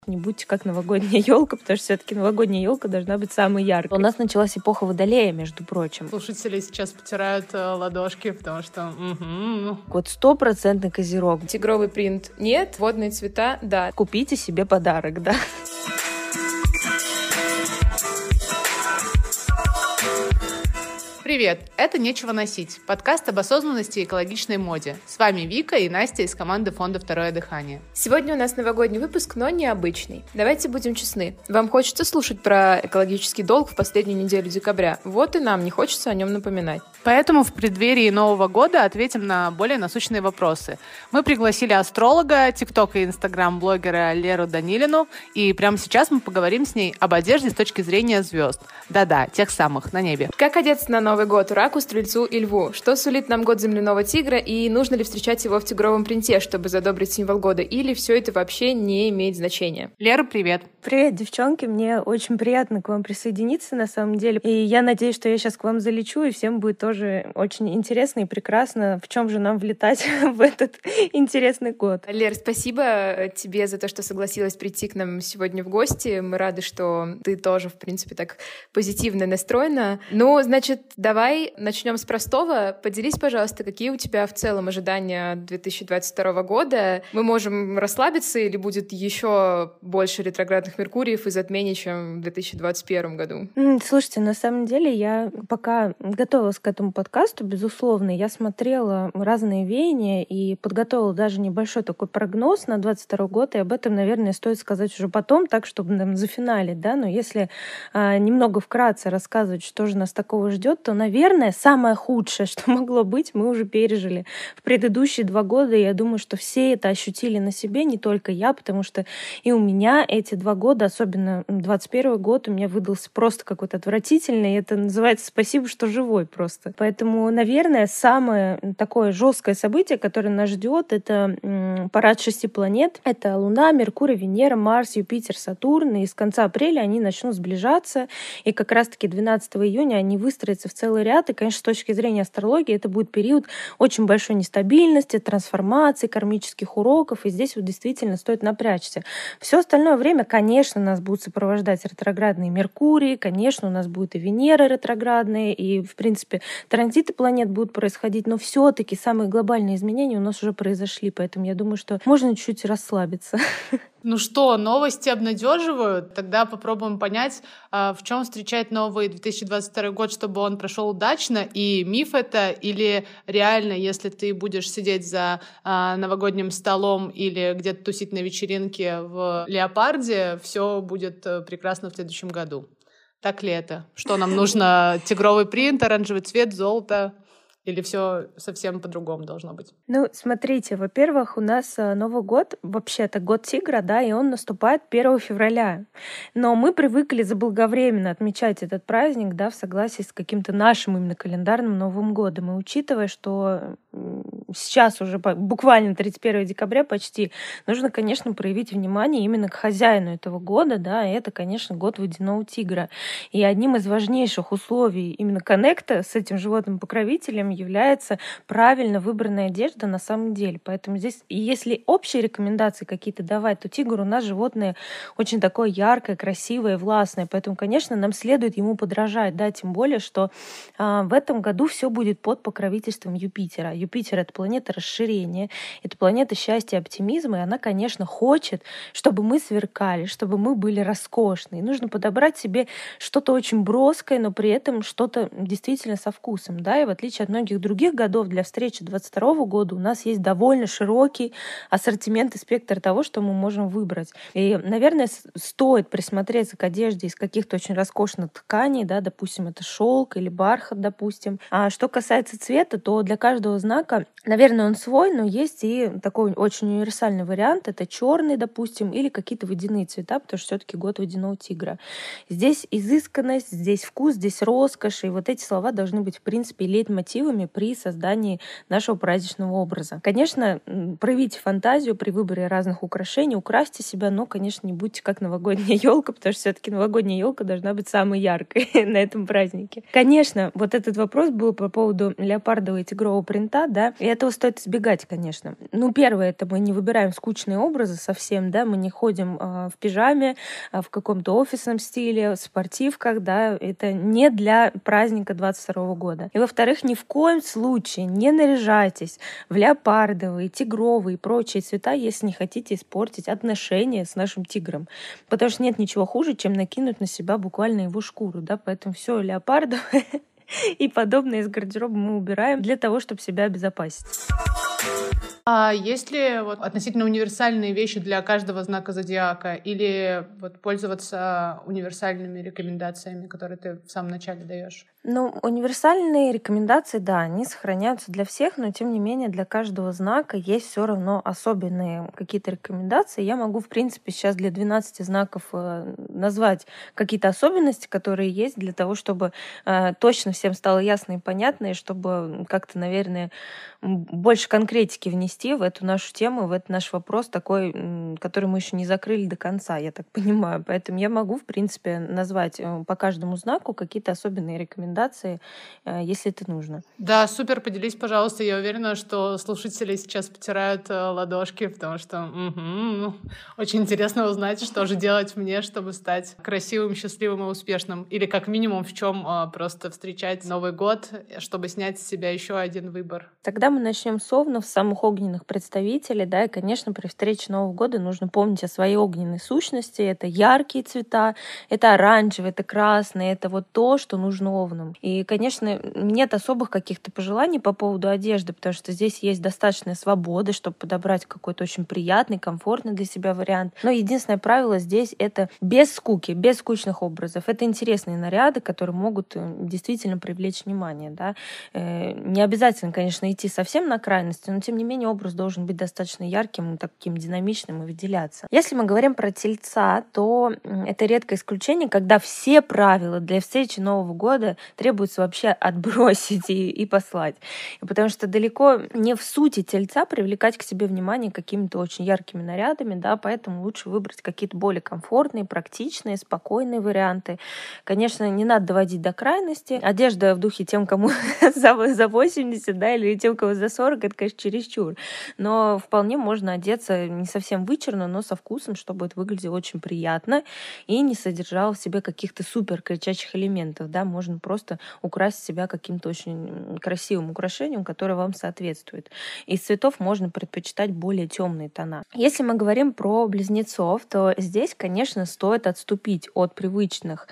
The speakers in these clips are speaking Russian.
Не будьте как новогодняя елка, потому что все-таки новогодняя елка должна быть самой яркой. У нас началась эпоха Водолея, между прочим. Слушатели сейчас потирают ладошки, потому что... Вот 100% козерог. Тигровый принт нет, водные цвета да. Купите себе подарок, да. Привет! Это «Нечего носить» — подкаст об осознанности и экологичной моде. С вами Вика и Настя из команды фонда «Второе дыхание». Сегодня у нас новогодний выпуск, но необычный. Давайте будем честны. Вам хочется слушать про экологический долг в последнюю неделю декабря. Вот и нам не хочется о нем напоминать. Поэтому в преддверии Нового года ответим на более насущные вопросы. Мы пригласили астролога, тикток и инстаграм-блогера Леру Данилину, и прямо сейчас мы поговорим с ней об одежде с точки зрения звезд. Да-да, тех самых, на небе. Как одеться на Новый год раку, стрельцу и льву? Что сулит нам год земляного тигра, и нужно ли встречать его в тигровом принте, чтобы задобрить символ года, или все это вообще не имеет значения? Лера, привет! Привет, девчонки, мне очень приятно к вам присоединиться, на самом деле. И я надеюсь, что я сейчас к вам залечу, и всем будет тоже очень интересно и прекрасно, в чем же нам влетать в этот интересный год. Лер, спасибо тебе за то, что согласилась прийти к нам сегодня в гости. Мы рады, что ты тоже, в принципе, так позитивно настроена. Ну, значит, давай начнем с простого. Поделись, пожалуйста, какие у тебя в целом ожидания 2022 года? Мы можем расслабиться или будет еще больше ретроградных Меркуриев и затмений, чем в 2021 году? Слушайте, на самом деле я пока готовилась к этому подкасту, безусловно, я смотрела разные веяния и подготовила даже небольшой такой прогноз на 2022 год, и об этом, наверное, стоит сказать уже потом, так, чтобы нам зафиналить, да, но если немного вкратце рассказывать, что же нас такого ждет, то, наверное, самое худшее, что могло быть, мы уже пережили в предыдущие 2 года, и я думаю, что все это ощутили на себе, не только я, потому что и у меня эти 2 года, особенно 21 год, у меня выдался просто какой-то отвратительный, и это называется «спасибо, что живой» просто. Поэтому, наверное, самое такое жесткое событие, которое нас ждет, это парад 6 планет. Это Луна, Меркурий, Венера, Марс, Юпитер, Сатурн. И с конца апреля они начнут сближаться. И как раз-таки 12 июня они выстроятся в целый ряд. И, конечно, с точки зрения астрологии, это будет период очень большой нестабильности, трансформации, кармических уроков. И здесь вот действительно стоит напрячься. Все остальное время, конечно, нас будут сопровождать ретроградные Меркурий, конечно, у нас будет и Венера ретроградные, и, в принципе, транзиты планет будут происходить, но все-таки самые глобальные изменения у нас уже произошли, поэтому я думаю, что можно чуть-чуть расслабиться. Ну что, новости обнадеживают? Тогда попробуем понять, в чем встречать новый 2022 год, чтобы он прошел удачно. И миф это или реально, если ты будешь сидеть за новогодним столом или где-то тусить на вечеринке в леопарде, все будет прекрасно в следующем году. Так ли это? Что нам нужно? Тигровый принт, оранжевый цвет, золото? Или все совсем по-другому должно быть? Ну, смотрите, во-первых, у нас Новый год, вообще-то год тигра, да, и он наступает 1 февраля. Но мы привыкли заблаговременно отмечать этот праздник, да, в согласии с каким-то нашим именно календарным Новым годом. И учитывая, что сейчас уже буквально 31 декабря почти, нужно, конечно, проявить внимание именно к хозяину этого года, да, и это, конечно, год водяного тигра. И одним из важнейших условий именно коннекта с этим животным-покровителем является правильно выбранная одежда на самом деле. Поэтому здесь, если общие рекомендации какие-то давать, то тигр у нас животное очень такое яркое, красивое, властное. Поэтому, конечно, нам следует ему подражать, да, тем более, что в этом году все будет под покровительством Юпитера. Юпитер — это планета расширения, это планета счастья и оптимизма, и она, конечно, хочет, чтобы мы сверкали, чтобы мы были роскошны. И нужно подобрать себе что-то очень броское, но при этом что-то действительно со вкусом, да, и в отличие от многих других годов, для встречи 2022 года у нас есть довольно широкий ассортимент и спектр того, что мы можем выбрать. И, наверное, стоит присмотреться к одежде из каких-то очень роскошных тканей, да, допустим, это шелк или бархат, допустим. А что касается цвета, то для каждого знака, наверное, он свой, но есть и такой очень универсальный вариант. Это черный, допустим, или какие-то водяные цвета, потому что все-таки год водяного тигра. Здесь изысканность, здесь вкус, здесь роскошь, и вот эти слова должны быть, в принципе, лейтмотивами красивыми при создании нашего праздничного образа. Конечно, проявите фантазию при выборе разных украшений, украсьте себя, но, конечно, не будьте как новогодняя елка, потому что все-таки новогодняя елка должна быть самой яркой на этом празднике. Конечно, вот этот вопрос был по поводу леопардового и тигрового принта, да, и этого стоит избегать, конечно. Первое, это мы не выбираем скучные образы совсем, да, мы не ходим в пижаме, в каком-то офисном стиле, в спортивках, да, это не для праздника 22 года. И, во-вторых, ни в коем случае не наряжайтесь в леопардовые, тигровые и прочие цвета, если не хотите испортить отношения с нашим тигром. Потому что нет ничего хуже, чем накинуть на себя буквально его шкуру, да, поэтому все леопардовое и подобное из гардероба мы убираем для того, чтобы себя обезопасить. А есть ли относительно универсальные вещи для каждого знака зодиака или пользоваться универсальными рекомендациями, которые ты в самом начале даешь? Универсальные рекомендации, да, они сохраняются для всех, но тем не менее для каждого знака есть все равно особенные какие-то рекомендации. Я могу, в принципе, сейчас для 12 знаков назвать какие-то особенности, которые есть, для того, чтобы точно всем стало ясно и понятно, и чтобы как-то, наверное, больше конкретики внести в эту нашу тему, в этот наш вопрос такой, который мы еще не закрыли до конца, я так понимаю. Поэтому я могу, в принципе, назвать по каждому знаку какие-то особенные рекомендации, если это нужно. Да, супер, поделись, пожалуйста. Я уверена, что слушатели сейчас потирают ладошки, потому что очень интересно узнать, что же делать мне, чтобы стать красивым, счастливым и успешным. Или как минимум в чем просто встречать Новый год, чтобы снять с себя еще один выбор. Тогда мы начнем с овнов, самых огненных представителей, да, и, конечно, при встрече Нового года нужно помнить о своей огненной сущности. Это яркие цвета, это оранжевый, это красный, это то, что нужно овнам. И, конечно, нет особых каких-то пожеланий по поводу одежды, потому что здесь есть достаточная свобода, чтобы подобрать какой-то очень приятный, комфортный для себя вариант. Но единственное правило здесь — это без скуки, без скучных образов. Это интересные наряды, которые могут действительно привлечь внимание. Да? Не обязательно, конечно, идти совсем на крайности, но, тем не менее, образ должен быть достаточно ярким, таким динамичным и выделяться. Если мы говорим про Тельца, то это редкое исключение, когда все правила для встречи Нового года требуется вообще отбросить и послать. Потому что далеко не в сути Тельца привлекать к себе внимание какими-то очень яркими нарядами, да, поэтому лучше выбрать какие-то более комфортные, практичные, спокойные варианты. Конечно, не надо доводить до крайности. Одежда в духе тем, кому за 80, да, или тем, кому за 40, это, конечно, чересчур. Но вполне можно одеться не совсем вычурно, но со вкусом, чтобы это выглядело очень приятно и не содержало в себе каких-то супер кричащих элементов, да, можно просто украсить себя каким-то очень красивым украшением, которое вам соответствует. Из цветов можно предпочитать более темные тона. Если мы говорим про близнецов, то здесь, конечно, стоит отступить от привычных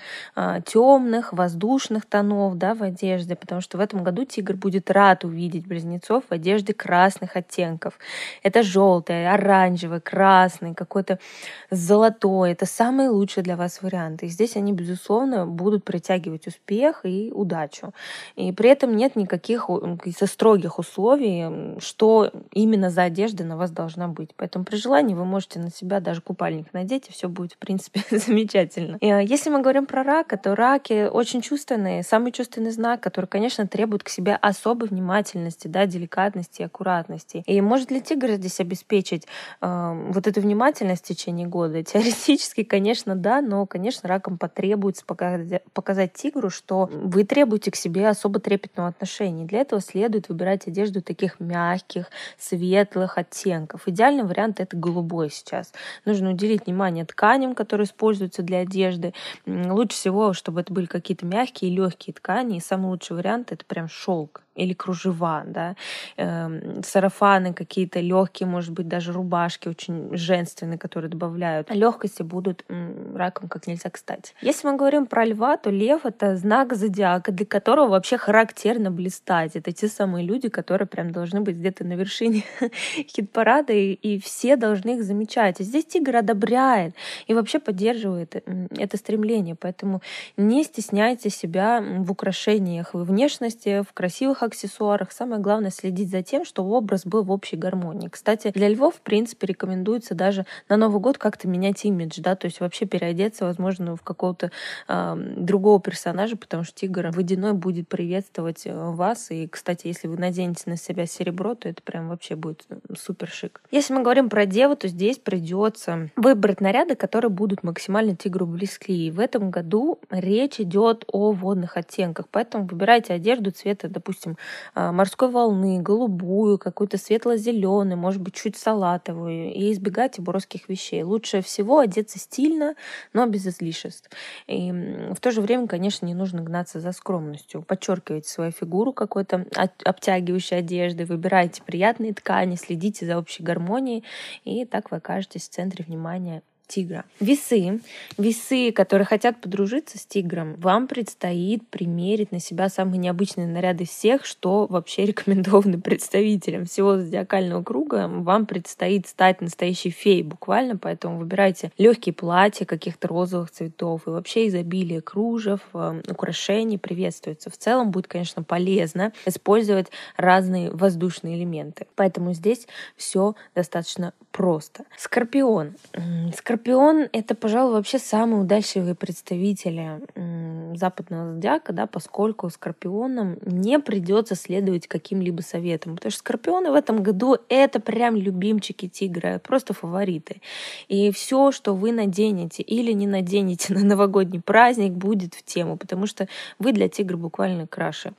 темных, воздушных тонов, да, в одежде, потому что в этом году тигр будет рад увидеть близнецов в одежде красных оттенков. Это желтый, оранжевый, красный, какой-то золотой. Это самый лучший для вас вариант. И здесь они, безусловно, будут притягивать успех и удачу. И при этом нет никаких строгих условий, что именно за одежда на вас должна быть. Поэтому при желании вы можете на себя даже купальник надеть, и все будет, в принципе, замечательно. И если мы говорим про рака, то раки очень чувственные, самый чувственный знак, который, конечно, требует к себе особой внимательности, да, деликатности и аккуратности. И может ли тигр здесь обеспечить эту внимательность в течение года? Теоретически, конечно, да, но, конечно, ракам потребуется показать тигру, что вы требуете к себе особо трепетного отношения. Для этого следует выбирать одежду таких мягких, светлых оттенков. Идеальный вариант — это голубой сейчас. Нужно уделить внимание тканям, которые используются для одежды. Лучше всего, чтобы это были какие-то мягкие и легкие ткани. И самый лучший вариант — это прям шелк или кружева, да, сарафаны какие-то легкие, может быть, даже рубашки очень женственные, которые добавляют легкости, будут раком как нельзя кстати. Если мы говорим про льва, то лев — это знак зодиака, для которого вообще характерно блистать. Это те самые люди, которые прям должны быть где-то на вершине хит-парада, и все должны их замечать. И здесь тигр одобряет и вообще поддерживает это стремление. Поэтому не стесняйте себя в украшениях, в внешности, в красивых аксессуарах. Самое главное — следить за тем, чтобы образ был в общей гармонии. Кстати, для львов, в принципе, рекомендуется даже на Новый год как-то менять имидж, да, то есть вообще периодически переодеться, возможно, в какого-то другого персонажа, потому что тигр водяной будет приветствовать вас. И, кстати, если вы наденете на себя серебро, то это прям вообще будет супер шик. Если мы говорим про деву, то здесь придется выбрать наряды, которые будут максимально тигру близки. И в этом году речь идет о водных оттенках, поэтому выбирайте одежду цвета, допустим, морской волны, голубую, какую-то светло-зеленую, может быть, чуть салатовую, и избегайте броских вещей. Лучше всего одеться стильно, но без излишеств. И в то же время, конечно, не нужно гнаться за скромностью. Подчеркивайте свою фигуру какой-то обтягивающей одежды, выбирайте приятные ткани, следите за общей гармонией, и так вы окажетесь в центре внимания тигра. Весы. Весы, которые хотят подружиться с тигром, вам предстоит примерить на себя самые необычные наряды всех, что вообще рекомендовано представителям всего зодиакального круга. Вам предстоит стать настоящей феей буквально, поэтому выбирайте легкие платья каких-то розовых цветов, и вообще изобилие кружев, украшений приветствуется. В целом будет, конечно, полезно использовать разные воздушные элементы. Поэтому здесь все достаточно просто. Скорпион. Скорпион — это, пожалуй, вообще самые удачливые представители западного зодиака, да, поскольку скорпионам не придется следовать каким-либо советам, потому что скорпионы в этом году — это прям любимчики тигра, просто фавориты. И все, что вы наденете или не наденете на новогодний праздник, будет в тему, потому что вы для тигра буквально краше.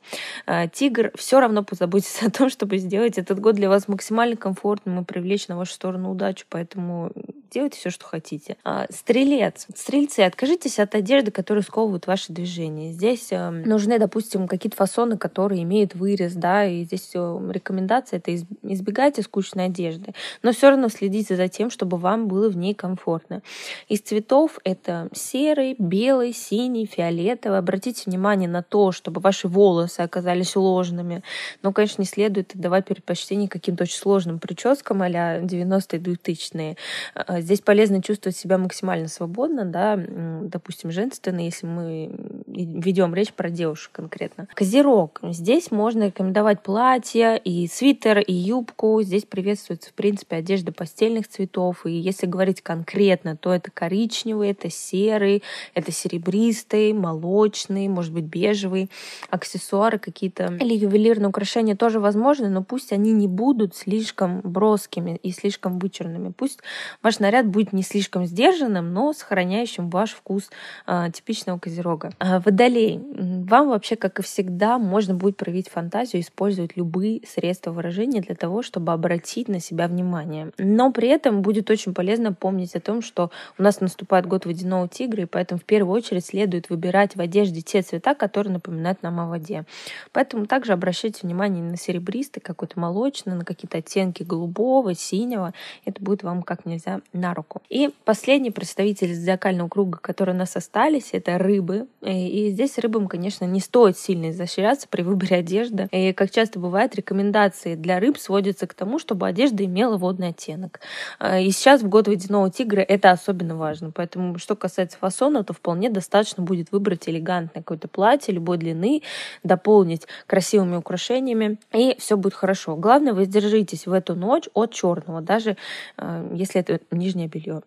Тигр все равно позаботится о том, чтобы сделать этот год для вас максимально комфортным и привлечь на вашу сторону удачу, поэтому делайте все, что хотите. Стрелец. Стрельцы, откажитесь от одежды, которые сковывают ваши движения. Здесь нужны, допустим, какие-то фасоны, которые имеют вырез, да, и здесь рекомендация — это избегайте скучной одежды, но все равно следите за тем, чтобы вам было в ней комфортно. Из цветов это серый, белый, синий, фиолетовый. Обратите внимание на то, чтобы ваши волосы оказались уложенными, но, конечно, не следует давать предпочтение каким-то очень сложным прическам а-ля 90-е, 2000-е. Здесь полезно чувствовать себя максимально свободно, да, допустим, женственно, если мы ведем речь про девушек конкретно. Козерог. Здесь можно рекомендовать платье, и свитер, и юбку. Здесь приветствуется, в принципе, одежда пастельных цветов. И если говорить конкретно, то это коричневый, это серый, это серебристый, молочный, может быть, бежевый. Аксессуары какие-то или ювелирные украшения тоже возможны, но пусть они не будут слишком броскими и слишком вычурными. Пусть ваш наряд будет не слишком сдержанным, но сохраняющим ваш вкус типичного козерога. Водолей. Вам вообще, как и всегда, можно будет проявить фантазию, использовать любые средства выражения для того, чтобы обратить на себя внимание. Но при этом будет очень полезно помнить о том, что у нас наступает год водяного тигра, и поэтому в первую очередь следует выбирать в одежде те цвета, которые напоминают нам о воде. Поэтому также обращайте внимание на серебристый, какой-то молочный, на какие-то оттенки голубого, синего. Это будет вам как нельзя на руку. И последний представитель зодиакального круга, которые у нас остались, это рыбы. И здесь рыбам, конечно, не стоит сильно изощряться при выборе одежды. И, как часто бывает, рекомендации для рыб сводятся к тому, чтобы одежда имела водный оттенок. И сейчас в год водяного тигра это особенно важно. Поэтому, что касается фасона, то вполне достаточно будет выбрать элегантное какое-то платье любой длины, дополнить красивыми украшениями, и все будет хорошо. Главное, воздержитесь в эту ночь от черного, даже если это нижнее белье.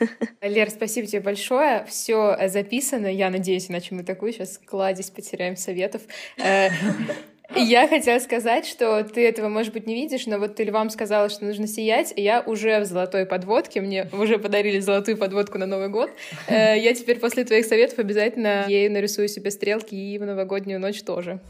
Лер, спасибо тебе большое. Все записано. Я надеюсь, иначе мы такую сейчас кладезь потеряем советов. Я хотела сказать, что ты этого, может быть, не видишь, но вот ты львам сказала, что нужно сиять, и я уже в золотой подводке, мне уже подарили золотую подводку на Новый год. Я теперь после твоих советов обязательно ею нарисую себе стрелки и в новогоднюю ночь тоже.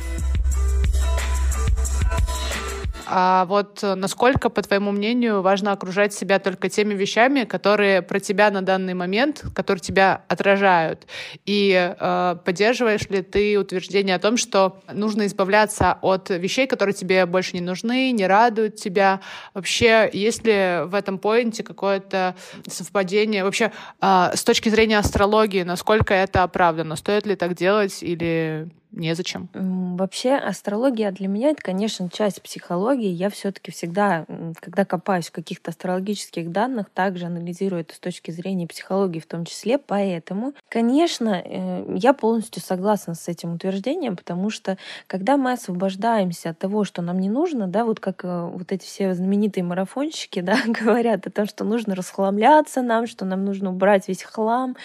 А вот насколько, по твоему мнению, важно окружать себя только теми вещами, которые про тебя на данный момент, которые тебя отражают? И поддерживаешь ли ты утверждение о том, что нужно избавляться от вещей, которые тебе больше не нужны, не радуют тебя? Вообще, есть ли в этом поинте какое-то совпадение? Вообще, с точки зрения астрологии, насколько это оправдано? Стоит ли так делать или незачем? Вообще, астрология для меня — это, конечно, часть психологии. Я все-таки всегда, когда копаюсь в каких-то астрологических данных, также анализирую это с точки зрения психологии в том числе. Поэтому, Конечно, я полностью согласна с этим утверждением, потому что когда мы освобождаемся от того, что нам не нужно, да, вот как вот эти все знаменитые марафонщики, да, говорят о том, что нужно расхламляться нам, что нам нужно убрать весь хлам.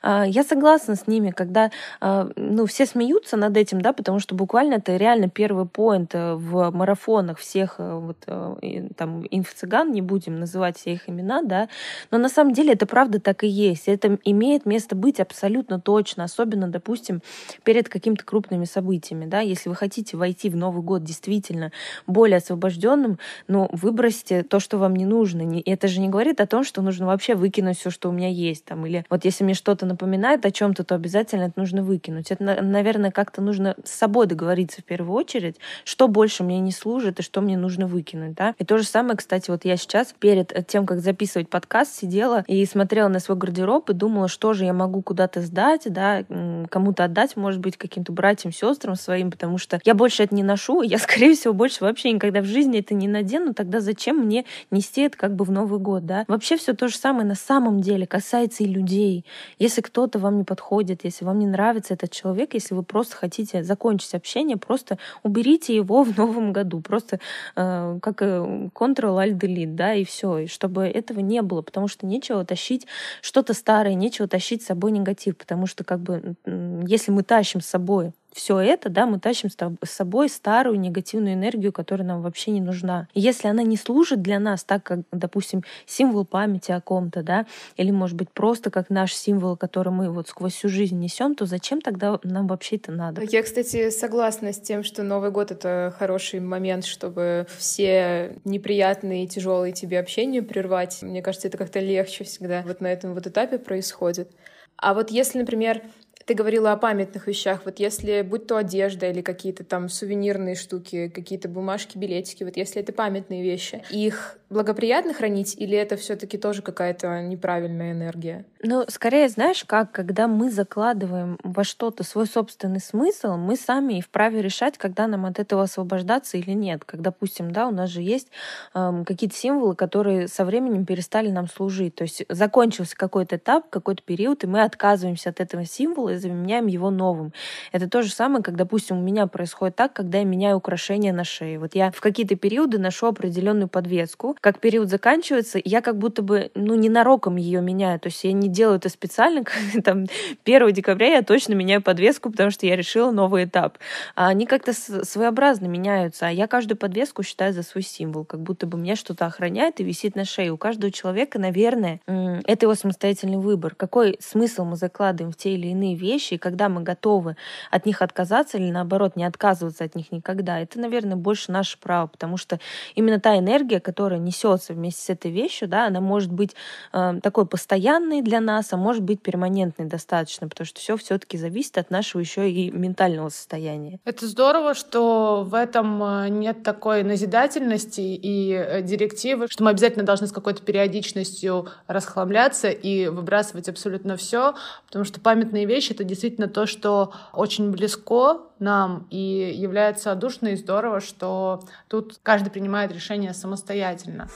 Я согласна с ними, когда, ну, все смеются над этим, да, потому что буквально это реально первый поинт в марафонах всех вот там инфо-цыган, не будем называть все их имена, да, но на самом деле это правда так и есть. Это имеет место быть абсолютно точно, особенно, допустим, перед какими-то крупными событиями, да, если вы хотите войти в Новый год действительно более освобожденным, но выбросьте то, что вам не нужно. Это же не говорит о том, что нужно вообще выкинуть все, что у меня есть, там, или вот если мне что-то напоминает о чем-то, то обязательно это нужно выкинуть. Это, наверное, как-то нужно с собой договориться в первую очередь, что больше мне не служит и что мне нужно выкинуть, да. И то же самое, кстати, вот я сейчас перед тем, как записывать подкаст, сидела и смотрела на свой гардероб и думала, что же я могу куда-то сдать, да, кому-то отдать, может быть, каким-то братьям, сестрам своим, потому что я больше это не ношу, я, скорее всего, больше вообще никогда в жизни это не надену, тогда зачем мне нести это как бы в Новый год, да? Вообще все то же самое на самом деле касается и людей. Если кто-то вам не подходит, если вам не нравится этот человек, если вы просто хотите закончить общение, просто уберите его в новом году, просто как Ctrl-Alt-Delete, да, и все, и чтобы этого не было, потому что нечего тащить что-то старое, нечего тащить с собой негатив, потому что как бы если мы тащим с собой все это, да, мы тащим с собой старую негативную энергию, которая нам вообще не нужна. И если она не служит для нас так, как, допустим, символ памяти о ком-то, да, или, может быть, просто как наш символ, который мы вот сквозь всю жизнь несем, то зачем тогда нам вообще это надо? Я, кстати, согласна с тем, что Новый год — это хороший момент, чтобы все неприятные и тяжелые тебе общения прервать. Мне кажется, это как-то легче всегда вот на этом вот этапе происходит. А вот если, например, ты говорила о памятных вещах. Вот если, будь то одежда или какие-то там сувенирные штуки, какие-то бумажки, билетики, вот если это памятные вещи, их благоприятно хранить или это все-таки тоже какая-то неправильная энергия? Ну, скорее, знаешь, как, когда мы закладываем во что-то свой собственный смысл, мы сами и вправе решать, когда нам от этого освобождаться или нет. Как, допустим, да, у нас же есть какие-то символы, которые со временем перестали нам служить. То есть закончился какой-то этап, какой-то период, и мы отказываемся от этого символа и заменяем его новым. Это то же самое, как, допустим, у меня происходит так, когда я меняю украшения на шее. Вот я в какие-то периоды ношу определенную подвеску. Как период заканчивается, я как будто бы, ну, ненароком ее меняю. То есть я не делаю это специально. Там 1 декабря я точно меняю подвеску, потому что я решила новый этап. А они как-то своеобразно меняются. А я каждую подвеску считаю за свой символ. Как будто бы меня что-то охраняет и висит на шее. У каждого человека, наверное, это его самостоятельный выбор. Какой смысл мы закладываем в те или иные вещи, и когда мы готовы от них отказаться или, наоборот, не отказываться от них никогда, это, наверное, больше наше право, потому что именно та энергия, которая несется вместе с этой вещью, да, она может быть такой постоянной для нас, а может быть перманентной достаточно, потому что все-таки зависит от нашего еще и ментального состояния. Это здорово, что в этом нет такой назидательности и директивы, что мы обязательно должны с какой-то периодичностью расхламляться и выбрасывать абсолютно все, потому что памятные вещи — это действительно то, что очень близко нам и является отдушно, и здорово, что тут каждый принимает решение самостоятельно.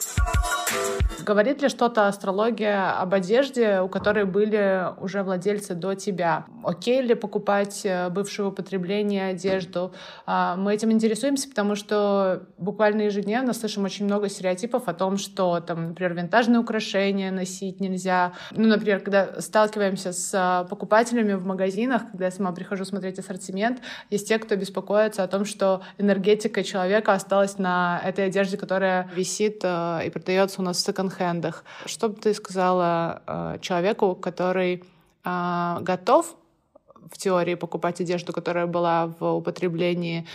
Говорит ли что-то астрология об одежде, у которой были уже владельцы до тебя? Окей ли покупать бывшего употребления одежду? Мы этим интересуемся, потому что буквально ежедневно слышим очень много стереотипов о том, что, там, например, винтажные украшения носить нельзя. Ну, например, когда сталкиваемся с покупателями в магазинах, когда я сама прихожу смотреть ассортимент, есть те, кто беспокоится о том, что энергетика человека осталась на этой одежде, которая висит и продается у нас в секонд-хендах. Что бы ты сказала человеку, который готов в теории покупать одежду, которая была в употреблении,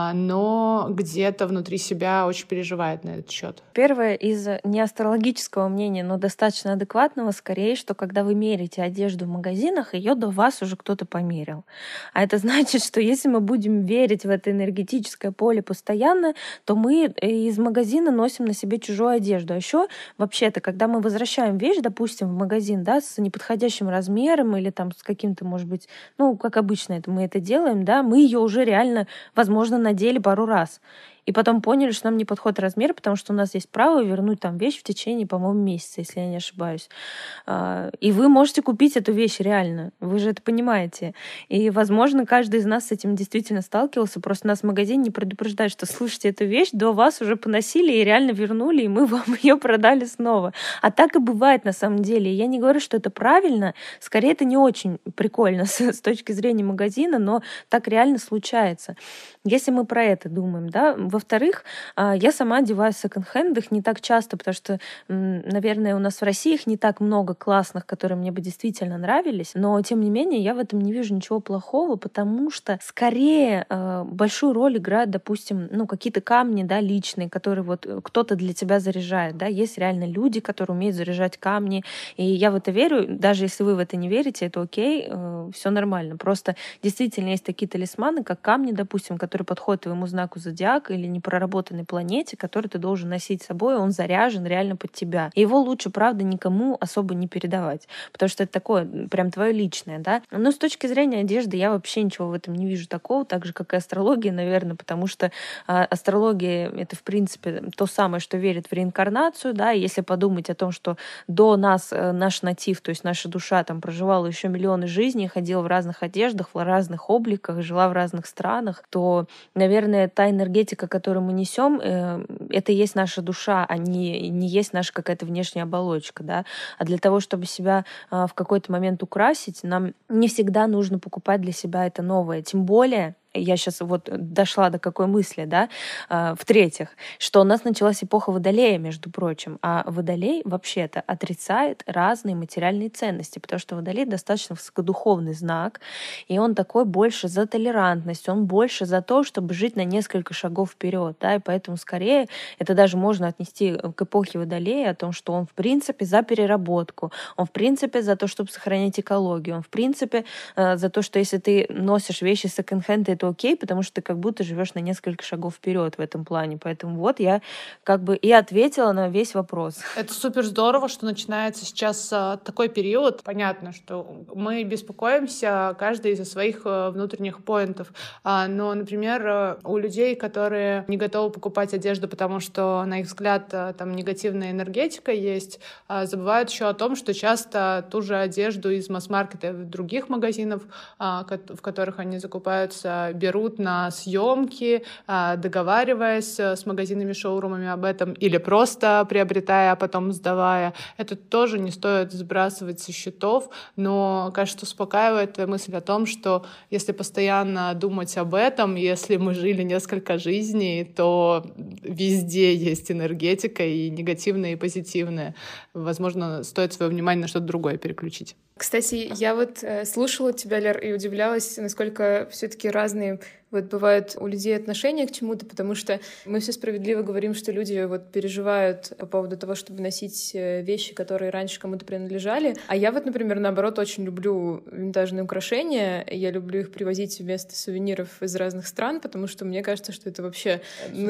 но где-то внутри себя очень переживает на этот счет? Первое из неастрологического мнения, но достаточно адекватного, скорее, что когда вы мерите одежду в магазинах, ее до вас уже кто-то померил. А это значит, что если мы будем верить в это энергетическое поле постоянно, то мы из магазина носим на себе чужую одежду. А еще вообще-то, когда мы возвращаем вещь, допустим, в магазин, да, с неподходящим размером или там с каким-то, может быть, ну, как обычно мы это делаем, да, мы ее уже реально, возможно, надели пару раз. И потом поняли, что нам не подходит размер, потому что у нас есть право вернуть там вещь в течение, по-моему, месяца, если я не ошибаюсь. И вы можете купить эту вещь реально. Вы же это понимаете. И, возможно, каждый из нас с этим действительно сталкивался. Просто нас в магазине не предупреждают, что, слушайте, эту вещь до вас уже поносили и реально вернули, и мы вам ее продали снова. А так и бывает на самом деле. Я не говорю, что это правильно. Скорее, это не очень прикольно с точки зрения магазина, но так реально случается. Если мы про это думаем, да. Во-вторых, я сама одеваюсь в секонд-хендах не так часто, потому что, наверное, у нас в России их не так много классных, которые мне бы действительно нравились, но, тем не менее, я в этом не вижу ничего плохого, потому что скорее большую роль играют, допустим, какие-то камни, да, личные, которые вот кто-то для тебя заряжает, да. Есть реально люди, которые умеют заряжать камни, и я в это верю, даже если вы в это не верите, это окей, все нормально. Просто действительно есть такие талисманы, как камни, допустим, которые подходят твоему знаку зодиака или непроработанной планете, который ты должен носить с собой, он заряжен реально под тебя. И его лучше, правда, никому особо не передавать, потому что это такое прям твое личное, да. Но с точки зрения одежды я вообще ничего в этом не вижу такого, так же, как и астрология, наверное, потому что астрология — это, в принципе, то самое, что верит в реинкарнацию, да, и если подумать о том, что до нас наш натив, то есть наша душа там проживала еще миллионы жизней, ходила в разных одеждах, в разных обликах, жила в разных странах, то, наверное, та энергетика, которую мы несем, это и есть наша душа, а не есть наша какая-то внешняя оболочка, да. А для того, чтобы себя в какой-то момент украсить, нам не всегда нужно покупать для себя это новое. Тем более, я сейчас вот дошла до какой мысли, да, в-третьих, что у нас началась эпоха Водолея, между прочим, а Водолей вообще-то отрицает разные материальные ценности, потому что Водолей достаточно высокодуховный знак, и он такой больше за толерантность, он больше за то, чтобы жить на несколько шагов вперед, да, и поэтому скорее это даже можно отнести к эпохе Водолея, о том, что он в принципе за переработку, он в принципе за то, чтобы сохранять экологию, он в принципе за то, что если ты носишь вещи секонд-хенд, это окей, потому что ты как будто живешь на несколько шагов вперед в этом плане. Поэтому вот я как бы и ответила на весь вопрос. Это супер здорово, что начинается сейчас такой период. Понятно, что мы беспокоимся каждый из-за своих внутренних поинтов. Но, например, у людей, которые не готовы покупать одежду, потому что, на их взгляд, там негативная энергетика есть, забывают еще о том, что часто ту же одежду из масс-маркета и других магазинов, в которых они закупаются, берут на съемки, договариваясь с магазинами, шоурумами об этом, или просто приобретая, а потом сдавая. Это тоже не стоит сбрасывать со счетов, но, кажется, успокаивает твоя мысль о том, что если постоянно думать об этом, если мы жили несколько жизней, то везде есть энергетика, и негативная, и позитивная. Возможно, стоит свое внимание на что-то другое переключить. Кстати, я вот слушала тебя, Лер, и удивлялась, насколько все-таки разные вот бывают у людей отношения к чему-то, потому что мы все справедливо говорим, что люди вот переживают по поводу того, чтобы носить вещи, которые раньше кому-то принадлежали. А я вот, например, наоборот, очень люблю винтажные украшения. Я люблю их привозить вместо сувениров из разных стран, потому что мне кажется, что это вообще...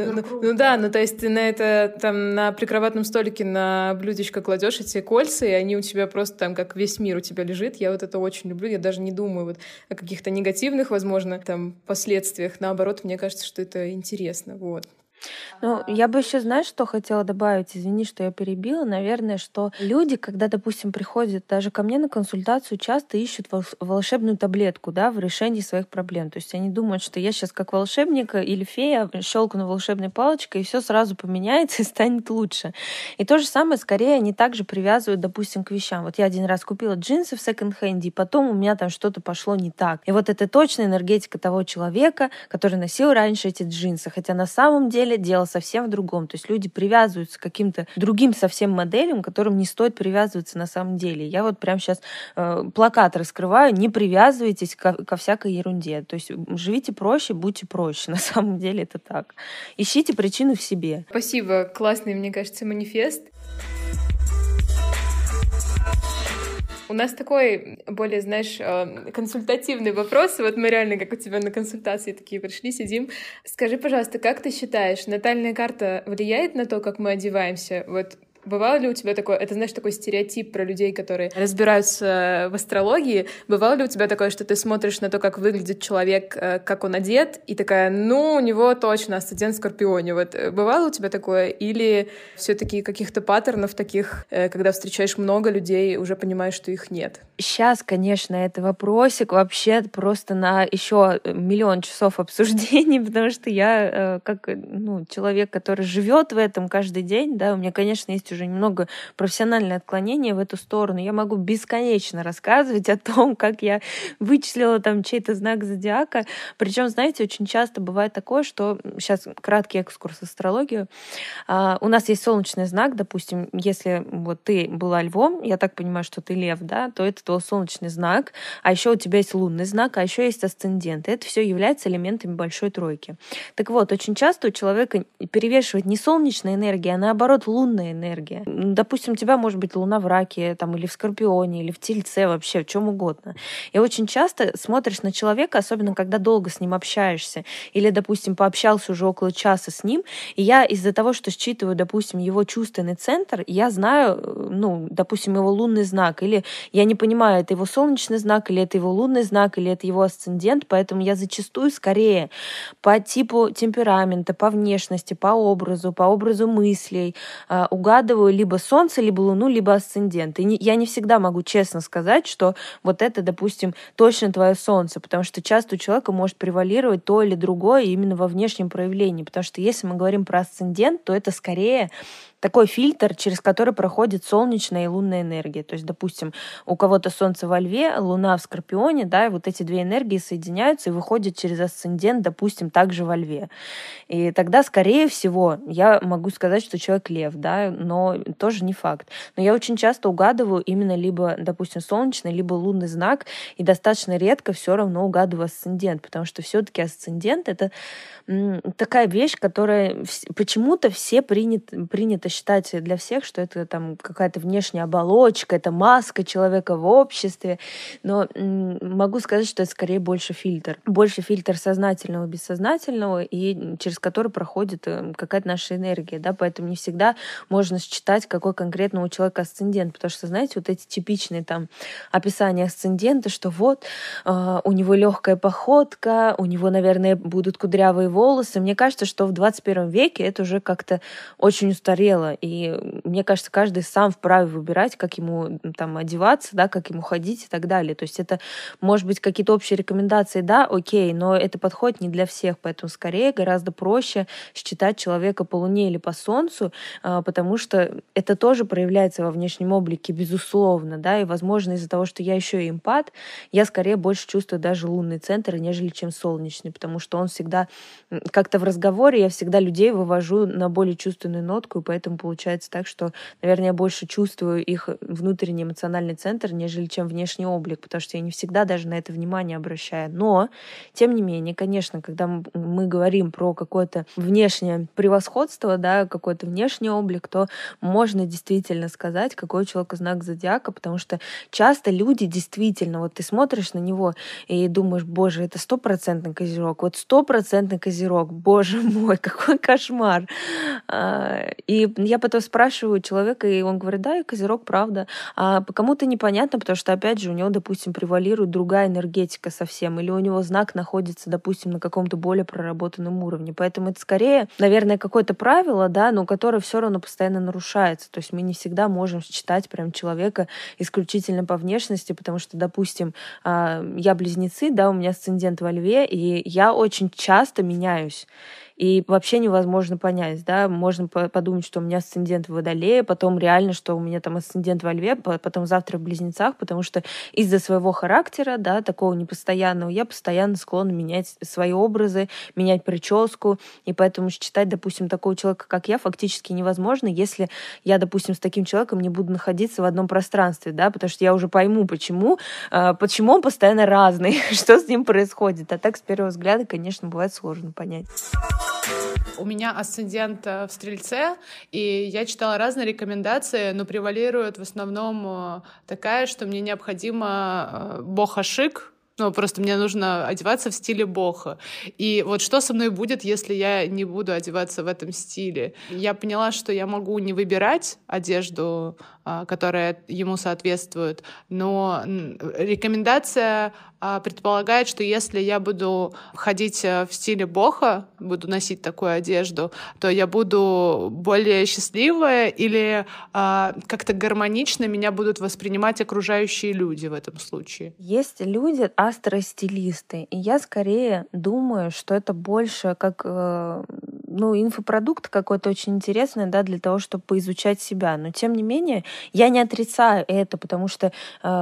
то есть ты на это там на прикроватном столике на блюдечко кладешь эти кольца, и они у тебя просто там как весь мир у тебя лежит. Я вот это очень люблю. Я даже не думаю вот о каких-то негативных, возможно, там последствиях. Наоборот, мне кажется, что это интересно. Вот. Ну, я бы еще, знаешь, что хотела добавить? Извини, что я перебила. Наверное, что люди, когда, допустим, приходят даже ко мне на консультацию, часто ищут волшебную таблетку, да, в решении своих проблем. То есть они думают, что я сейчас как волшебник или фея щелкну волшебной палочкой, и все сразу поменяется и станет лучше. И то же самое, скорее, они также привязывают, допустим, к вещам. Вот я один раз купила джинсы в секонд-хенде, и потом у меня там что-то пошло не так. И вот это точно энергетика того человека, который носил раньше эти джинсы. Хотя на самом деле дело совсем в другом. То есть люди привязываются к каким-то другим совсем моделям, к которым не стоит привязываться на самом деле. Я вот прямо сейчас плакат раскрываю: не привязывайтесь ко всякой ерунде. То есть живите проще, будьте проще. На самом деле это так. Ищите причину в себе. Спасибо. Классный, мне кажется, манифест. У нас такой более, знаешь, консультативный вопрос. Вот мы реально, как у тебя на консультации такие пришли, сидим. Скажи, пожалуйста, как ты считаешь, натальная карта влияет на то, как мы одеваемся? Вот Бывало ли у тебя такое, это, знаешь, такой стереотип про людей, которые разбираются в астрологии, бывало ли у тебя такое, что ты смотришь на то, как выглядит человек, как он одет, и такая, ну, у него точно асцендент в Скорпионе. Вот бывало у тебя такое? Или все-таки каких-то паттернов таких, когда встречаешь много людей, уже понимаешь, что их нет? Сейчас, конечно, это вопросик вообще просто на еще миллион часов обсуждений, потому что я как человек, который живет в этом каждый день, да, у меня, конечно, есть уже немного профессиональное отклонение в эту сторону. Я могу бесконечно рассказывать о том, как я вычислила там чей-то знак зодиака. Причем, знаете, очень часто бывает такое, что сейчас краткий экскурс в астрологию. У нас есть солнечный знак, допустим, если вот ты была львом, я так понимаю, что ты лев, да, то это твой солнечный знак, а еще у тебя есть лунный знак, а еще есть асцендент. И это все является элементами большой тройки. Так вот, очень часто у человека перевешивает не солнечная энергия, а наоборот лунная энергия. Допустим, у тебя может быть луна в раке, там, или в скорпионе, или в тельце, вообще в чем угодно. И очень часто смотришь на человека, особенно когда долго с ним общаешься, или, допустим, пообщался уже около часа с ним, и я из-за того, что считываю, допустим, его чувственный центр, я знаю, допустим, его лунный знак, или я не понимаю, это его солнечный знак, или это его лунный знак, или это его асцендент, поэтому я зачастую скорее по типу темперамента, по внешности, по образу мыслей угадываю либо солнце, либо луну, либо асцендент. И я не всегда могу честно сказать, что вот это, допустим, точно твое солнце, потому что часто у человека может превалировать то или другое именно во внешнем проявлении, потому что если мы говорим про асцендент, то это скорее такой фильтр, через который проходит солнечная и лунная энергия. То есть, допустим, у кого-то солнце во льве, луна в скорпионе, да, и вот эти две энергии соединяются и выходят через асцендент, допустим, также во льве. И тогда, скорее всего, я могу сказать, что человек лев, да, но тоже не факт. Но я очень часто угадываю именно либо, допустим, солнечный, либо лунный знак, и достаточно редко все равно угадываю асцендент, потому что все-таки асцендент — это такая вещь, которая почему-то все принято считать для всех, что это там какая-то внешняя оболочка, это маска человека в обществе. Но могу сказать, что это скорее больше фильтр. Больше фильтр сознательного, бессознательного, и через который проходит какая-то наша энергия. Да? Поэтому не всегда можно считать, какой конкретно у человека асцендент. Потому что, знаете, вот эти типичные там описания асцендента, что вот у него легкая походка, у него, наверное, будут кудрявые волосы. Мне кажется, что в 21 веке это уже как-то очень устарело. И мне кажется, каждый сам вправе выбирать, как ему там одеваться, да, как ему ходить и так далее. То есть это, может быть, какие-то общие рекомендации, да, окей, но это подходит не для всех. Поэтому скорее гораздо проще считать человека по Луне или по Солнцу, потому что это тоже проявляется во внешнем облике, безусловно, да, и, возможно, из-за того, что я еще и эмпат, я скорее больше чувствую даже лунный центр, нежели чем солнечный, потому что он всегда как-то в разговоре, я всегда людей вывожу на более чувственную нотку, и поэтому получается так, что, наверное, я больше чувствую их внутренний эмоциональный центр, нежели чем внешний облик, потому что я не всегда даже на это внимание обращаю. Но, тем не менее, конечно, когда мы говорим про какое-то внешнее превосходство, да, какой-то внешний облик, то можно действительно сказать, какой у человека знак зодиака, потому что часто люди действительно, вот ты смотришь на него и думаешь, боже, это 100% козерог, вот 100% козерог, боже мой, какой кошмар. И я потом спрашиваю человека, и он говорит, да, и козерог, правда. А кому-то непонятно, потому что, опять же, у него, допустим, превалирует другая энергетика совсем, или у него знак находится, допустим, на каком-то более проработанном уровне. Поэтому это скорее, наверное, какое-то правило, да, но которое все равно постоянно нарушается. То есть мы не всегда можем считать прям человека исключительно по внешности, потому что, допустим, я близнецы, да, у меня асцендент во льве, и я очень часто меняюсь. И вообще невозможно понять, да, можно подумать, что у меня асцендент в Водолее, потом реально, что у меня там асцендент во Льве, потом завтра в Близнецах, потому что из-за своего характера, да, такого непостоянного, я постоянно склонна менять свои образы, менять прическу, и поэтому считать, допустим, такого человека, как я, фактически невозможно, если я, допустим, с таким человеком не буду находиться в одном пространстве, да, потому что я уже пойму, почему он постоянно разный, что с ним происходит. А так, с первого взгляда, конечно, бывает сложно понять. У меня асцендент в Стрельце, и я читала разные рекомендации, но превалирует в основном такая, что мне необходимо бог Ашик, Ну, просто мне нужно одеваться в стиле бохо. И вот что со мной будет, если я не буду одеваться в этом стиле? Я поняла, что я могу не выбирать одежду, которая ему соответствует, но рекомендация предполагает, что если я буду ходить в стиле бохо, буду носить такую одежду, то я буду более счастливая или как-то гармонично меня будут воспринимать окружающие люди в этом случае. Есть люди астростилисты, и я скорее думаю, что это больше как инфопродукт какой-то очень интересный, да, для того, чтобы поизучать себя. Но тем не менее, я не отрицаю это, потому что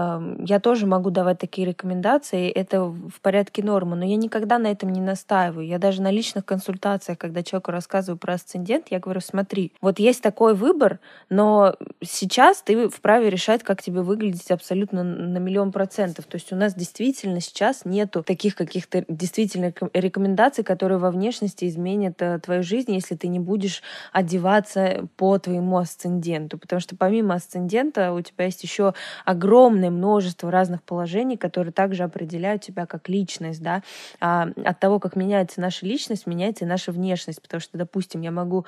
я тоже могу давать такие рекомендации, это в порядке нормы, но я никогда на этом не настаиваю. Я даже на личных консультациях, когда человеку рассказываю про асцендент, я говорю, смотри, вот есть такой выбор, но сейчас ты вправе решать, как тебе выглядеть абсолютно на 1000000%. То есть у нас действительно сейчас нету таких каких-то действительно рекомендаций, которые во внешности изменят твою жизнь, если ты не будешь одеваться по твоему асценденту. Потому что помимо асцендента у тебя есть еще огромное множество разных положений, которые также определяют тебя как личность. Да? От того, как меняется наша личность, меняется и наша внешность. Потому что, допустим, я могу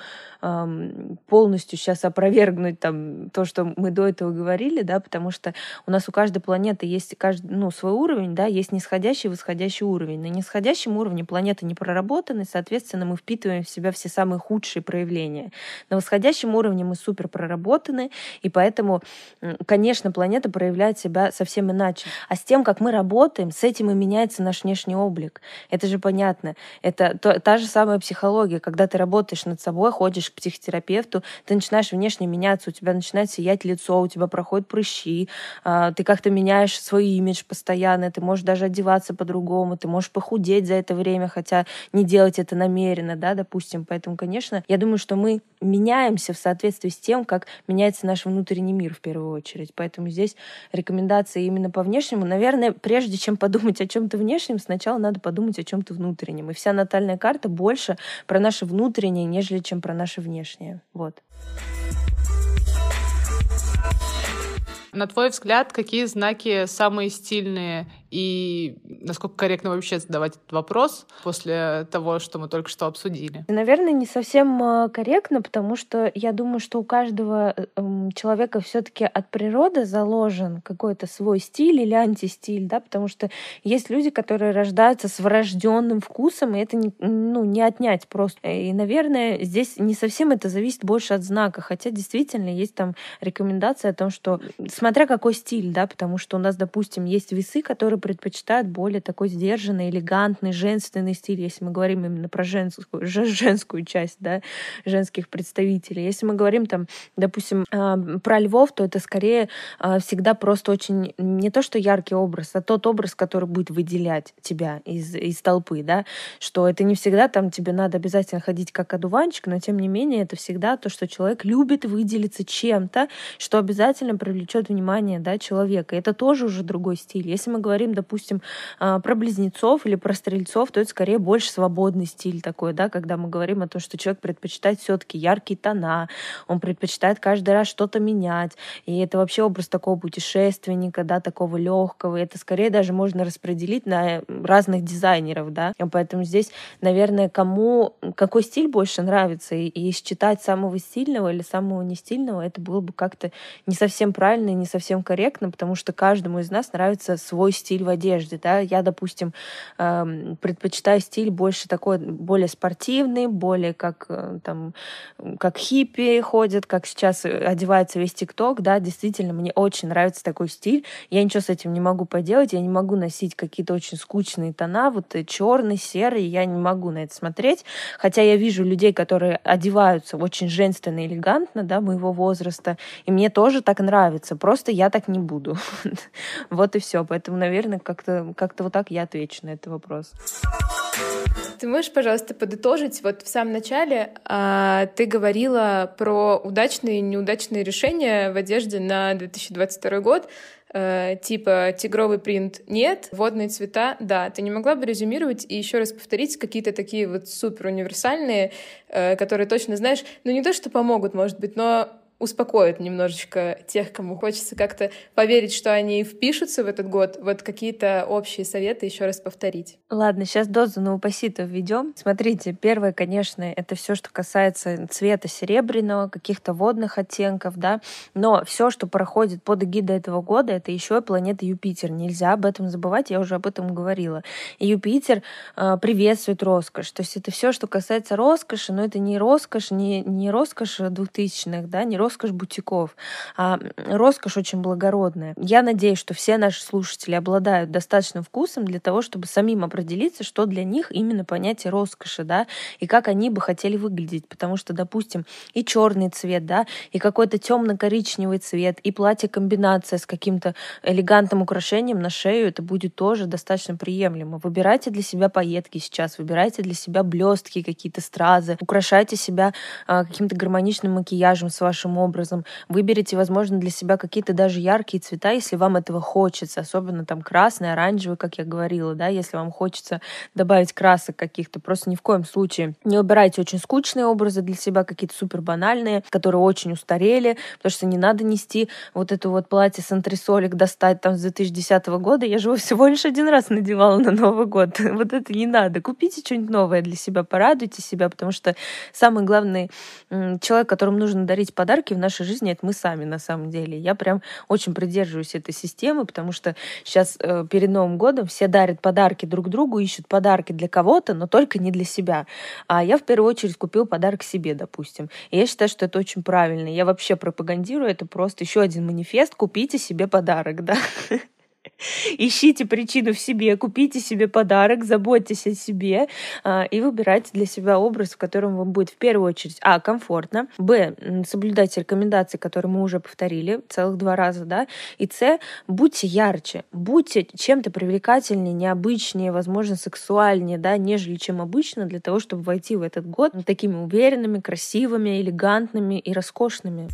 полностью сейчас опровергнуть то, что мы до этого говорили, да, потому что у нас у каждой планеты есть свой уровень, да, есть нисходящий и восходящий уровень. На нисходящем уровне планеты не проработаны, соответственно, мы впитываем в себя все самые худшие проявления. На восходящем уровне мы супер проработаны, и поэтому, конечно, планета проявляет себя совсем иначе. А с тем, как мы работаем, с этим и меняется наш внешний облик. Это же понятно. Это та же самая психология. Когда ты работаешь над собой, ходишь к психотерапевту, ты начинаешь внешне меняться, у тебя начинает сиять лицо, у тебя проходят прыщи, ты как-то меняешь свой имидж постоянно, ты можешь даже одеваться по-другому, ты можешь похудеть за это время, хотя не делать это намеренно, да, допустим. Поэтому, конечно, я думаю, что мы меняемся в соответствии с тем, как меняется наш внутренний мир в первую очередь. Поэтому здесь рекомендации именно по внешнему. Наверное, прежде чем подумать о чем-то внешнем, сначала надо подумать о чем-то внутреннем. И вся натальная карта больше про наше внутреннее, нежели чем про наше внешнее. Вот. На твой взгляд, какие знаки самые стильные и насколько корректно вообще задавать этот вопрос после того, что мы только что обсудили? Наверное, не совсем корректно, потому что я думаю, что у каждого человека все-таки от природы заложен какой-то свой стиль или антистиль, да, потому что есть люди, которые рождаются с врожденным вкусом, и это не отнять просто. И, наверное, здесь не совсем это зависит больше от знака, хотя действительно есть там рекомендация о том, что смотря какой стиль, да, потому что у нас, допустим, есть весы, которые предпочитают более такой сдержанный, элегантный, женственный стиль, если мы говорим именно про женскую часть, да, женских представителей. Если мы говорим там, допустим, про львов, то это скорее всегда просто очень не то, что яркий образ, а тот образ, который будет выделять тебя из толпы, да, что это не всегда там тебе надо обязательно ходить как одуванчик, но тем не менее это всегда то, что человек любит выделиться чем-то, что обязательно привлечет внимание, да, человека. И это тоже уже другой стиль. Если мы говорим, допустим, про близнецов или про стрельцов, то это скорее больше свободный стиль такой, да, когда мы говорим о том, что человек предпочитает все-таки яркие тона, он предпочитает каждый раз что-то менять. И это вообще образ такого путешественника, да, такого легкого. И это скорее даже можно распределить на разных дизайнеров, да. И поэтому здесь, наверное, кому какой стиль больше нравится, и считать самого стильного или самого нестильного, это было бы как-то не совсем правильно и не совсем корректно, потому что каждому из нас нравится свой стиль в одежде, да. Я, допустим, предпочитаю стиль больше такой, более спортивный, более как хиппи ходят, как сейчас одевается весь ТикТок, да, действительно, мне очень нравится такой стиль. Я ничего с этим не могу поделать, я не могу носить какие-то очень скучные тона, вот черный, серый, я не могу на это смотреть, хотя я вижу людей, которые одеваются очень женственно, элегантно, да, моего возраста, и мне тоже так нравится, просто я так не буду. Вот и все. Поэтому, наверное, как-то вот так я отвечу на этот вопрос. Ты можешь, пожалуйста, подытожить? Вот в самом начале ты говорила про удачные и неудачные решения в одежде на 2022 год. Типа тигровый принт нет, водные цвета да. Ты не могла бы резюмировать и еще раз повторить какие-то такие вот супер универсальные, которые точно знаешь, ну не то, что помогут, может быть, но успокоит немножечко тех, кому хочется как-то поверить, что они впишутся в этот год, вот какие-то общие советы еще раз повторить. Ладно, сейчас дозу новопоситов введем. Смотрите, первое, конечно, это все, что касается цвета серебряного, каких-то водных оттенков, да, но все, что проходит под эгидой этого года, это еще и планета Юпитер. Нельзя об этом забывать, я уже об этом говорила. И Юпитер приветствует роскошь. То есть это все, что касается роскоши, но это не роскошь, не роскошь 2000-х, да, не роскошь бутиков, а роскошь очень благородная. Я надеюсь, что все наши слушатели обладают достаточным вкусом для того, чтобы самим определиться, что для них именно понятие роскоши, да, и как они бы хотели выглядеть. Потому что, допустим, и черный цвет, да, и какой-то темно-коричневый цвет, и платье-комбинация с каким-то элегантным украшением на шею, это будет тоже достаточно приемлемо. Выбирайте для себя пайетки сейчас, выбирайте для себя блестки, какие-то стразы, украшайте себя каким-то гармоничным макияжем с вашим образом. Выберите, возможно, для себя какие-то даже яркие цвета, если вам этого хочется, особенно там красный, оранжевый, как я говорила, да, если вам хочется добавить красок каких-то, просто ни в коем случае не выбирайте очень скучные образы для себя, какие-то супер банальные, которые очень устарели, потому что не надо нести вот это вот платье с антресолик, достать там с 2010 года, я же его всего лишь один раз надевала на Новый год, вот это не надо. Купите что-нибудь новое для себя, порадуйте себя, потому что самый главный человек, которому нужно дарить подарки в нашей жизни, это мы сами на самом деле. Я прям очень придерживаюсь этой системы, потому что сейчас перед Новым годом все дарят подарки друг другу, ищут подарки для кого-то, но только не для себя. А я в первую очередь купил подарок себе, допустим. И я считаю, что это очень правильно. Я вообще пропагандирую это просто еще один манифест: купите себе подарок, да. Ищите причину в себе, купите себе подарок, заботьтесь о себе и выбирайте для себя образ, в котором вам будет в первую очередь комфортно, соблюдайте рекомендации, которые мы уже повторили целых 2 раза, да, и будьте ярче, будьте чем-то привлекательнее, необычнее, возможно, сексуальнее, да, нежели чем обычно, для того, чтобы войти в этот год такими уверенными, красивыми, элегантными и роскошными.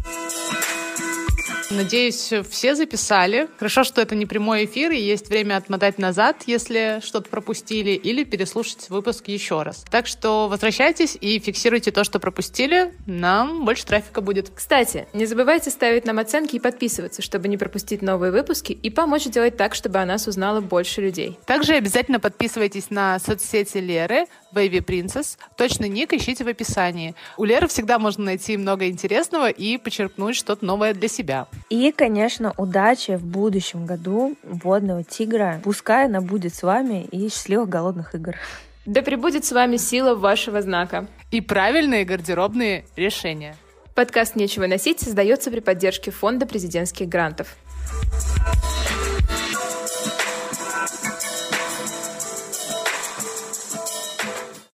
Надеюсь, все записали. Хорошо, что это не прямой эфир, и есть время отмотать назад, если что-то пропустили, или переслушать выпуск еще раз. Так что возвращайтесь и фиксируйте то, что пропустили. Нам больше трафика будет. Кстати, не забывайте ставить нам оценки и подписываться, чтобы не пропустить новые выпуски и помочь сделать так, чтобы о нас узнало больше людей. Также обязательно подписывайтесь на соцсети Леры, Wavy Princess. Точный ник ищите в описании. У Леры всегда можно найти много интересного и почерпнуть что-то новое для себя. И, конечно, удачи в будущем году водного тигра. Пускай она будет с вами, и счастливых голодных игр. Да пребудет с вами сила вашего знака. И правильные гардеробные решения. Подкаст «Нечего носить» создается при поддержке Фонда президентских грантов.